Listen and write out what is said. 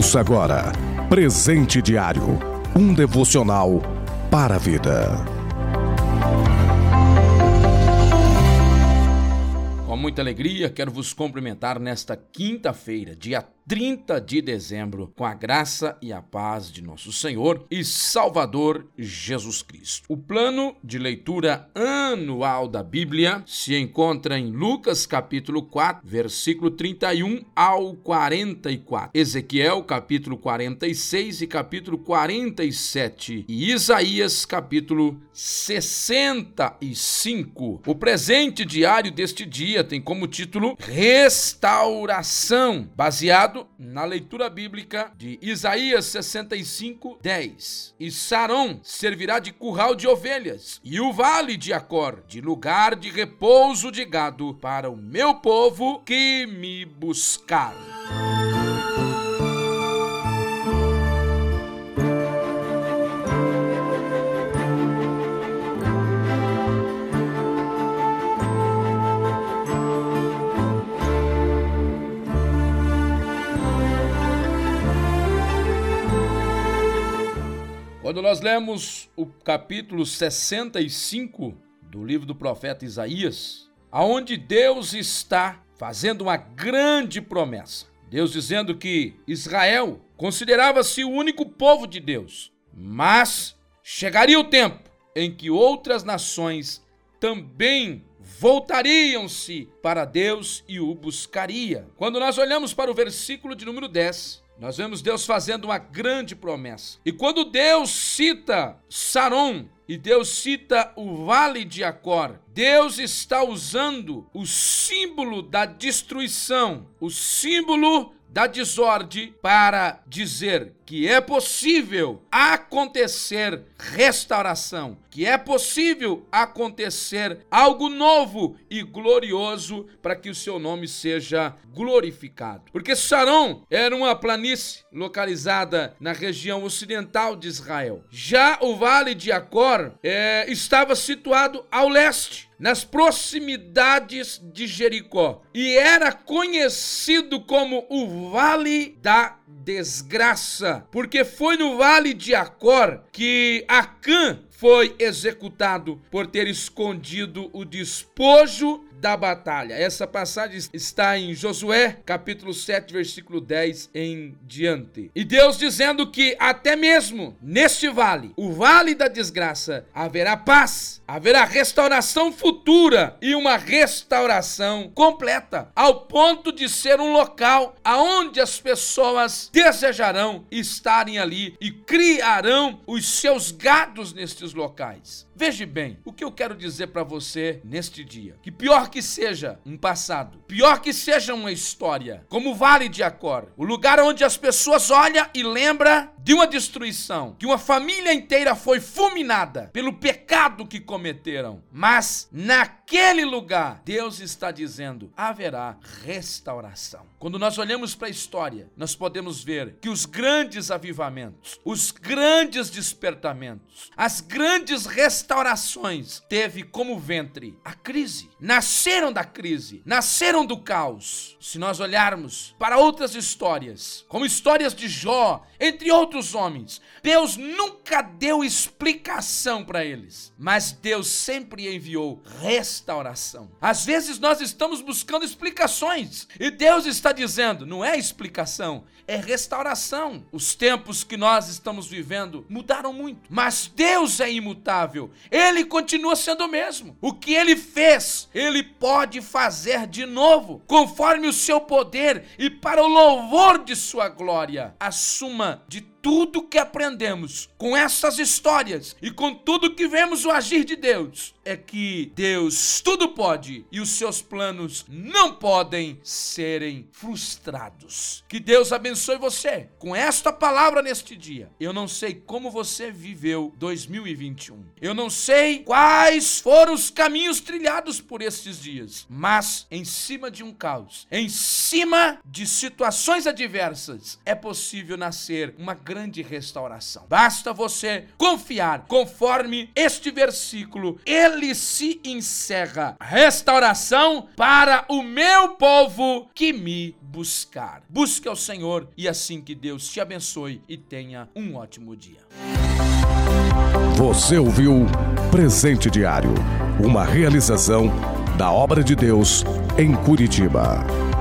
Ouça agora Presente Diário, um devocional para a vida. Com muita alegria, quero vos cumprimentar nesta quinta-feira, dia 30 de dezembro, com a graça e a paz de nosso Senhor e Salvador Jesus Cristo. O plano de leitura anual da Bíblia se encontra em Lucas capítulo 4, versículo 31 ao 44, Ezequiel capítulo 46 e capítulo 47 e Isaías capítulo 65. O presente diário deste dia tem como título Restauração, baseado na leitura bíblica de Isaías 65, 10. E Saron servirá de curral de ovelhas, e o vale de Acor de lugar de repouso de gado para o meu povo que me buscar. Quando nós lemos o capítulo 65 do livro do profeta Isaías, aonde Deus está fazendo uma grande promessa. Deus dizendo que Israel considerava-se o único povo de Deus, mas chegaria o tempo em que outras nações também voltariam-se para Deus e o buscaria. Quando nós olhamos para o versículo de número 10, nós vemos Deus fazendo uma grande promessa. E quando Deus cita Saron e Deus cita o vale de Acor, Deus está usando o símbolo da destruição, o símbolo da desordem, para dizer que é possível acontecer restauração, que é possível acontecer algo novo e glorioso para que o seu nome seja glorificado. Porque Saron era uma planície localizada na região ocidental de Israel. Já o vale de Acor estava situado ao leste, nas proximidades de Jericó, e era conhecido como o Vale da Desgraça, porque foi no Vale de Acor que Acã foi executado por ter escondido o despojo da batalha. Essa passagem está em Josué, capítulo 7, versículo 10 em diante. E Deus dizendo que até mesmo neste vale, o vale da desgraça, haverá paz, haverá restauração futura e uma restauração completa, ao ponto de ser um local aonde as pessoas desejarão estarem ali e criarão os seus gados nestes locais. Veja bem, o que eu quero dizer para você neste dia, que pior que seja um passado, pior que seja uma história, como o Vale de Acor, o lugar onde as pessoas olham e lembram de uma destruição, que uma família inteira foi fulminada pelo pecado que cometeram, mas naquele lugar, Deus está dizendo, haverá restauração. Quando nós olhamos para a história, nós podemos ver que os grandes avivamentos, os grandes despertamentos, as grandes restaurações teve como ventre a crise. Nasceram da crise, nasceram do caos. Se nós olharmos para outras histórias, como histórias de Jó, entre outros homens, Deus nunca deu explicação para eles, mas Deus sempre enviou restauração. Às vezes nós estamos buscando explicações e Deus está dizendo, não é explicação, é restauração. Os tempos que nós estamos vivendo mudaram muito, mas Deus é imutável. Ele continua sendo o mesmo. O que Ele fez, Ele pode fazer de novo, conforme o seu poder e para o louvor de sua glória. A suma de tudo que aprendemos com essas histórias e com tudo que vemos o agir de Deus é que Deus tudo pode e os seus planos não podem serem frustrados. Que Deus abençoe você com esta palavra neste dia. Eu não sei como você viveu 2021. Eu não sei quais foram os caminhos trilhados por estes dias, mas em cima de um caos, em cima de situações adversas, é possível nascer uma grande grande restauração. Basta você confiar. Conforme este versículo, ele se encerra. Restauração para o meu povo que me buscar. Busque ao Senhor e assim que Deus te abençoe e tenha um ótimo dia. Você ouviu Presente Diário, uma realização da Obra de Deus em Curitiba.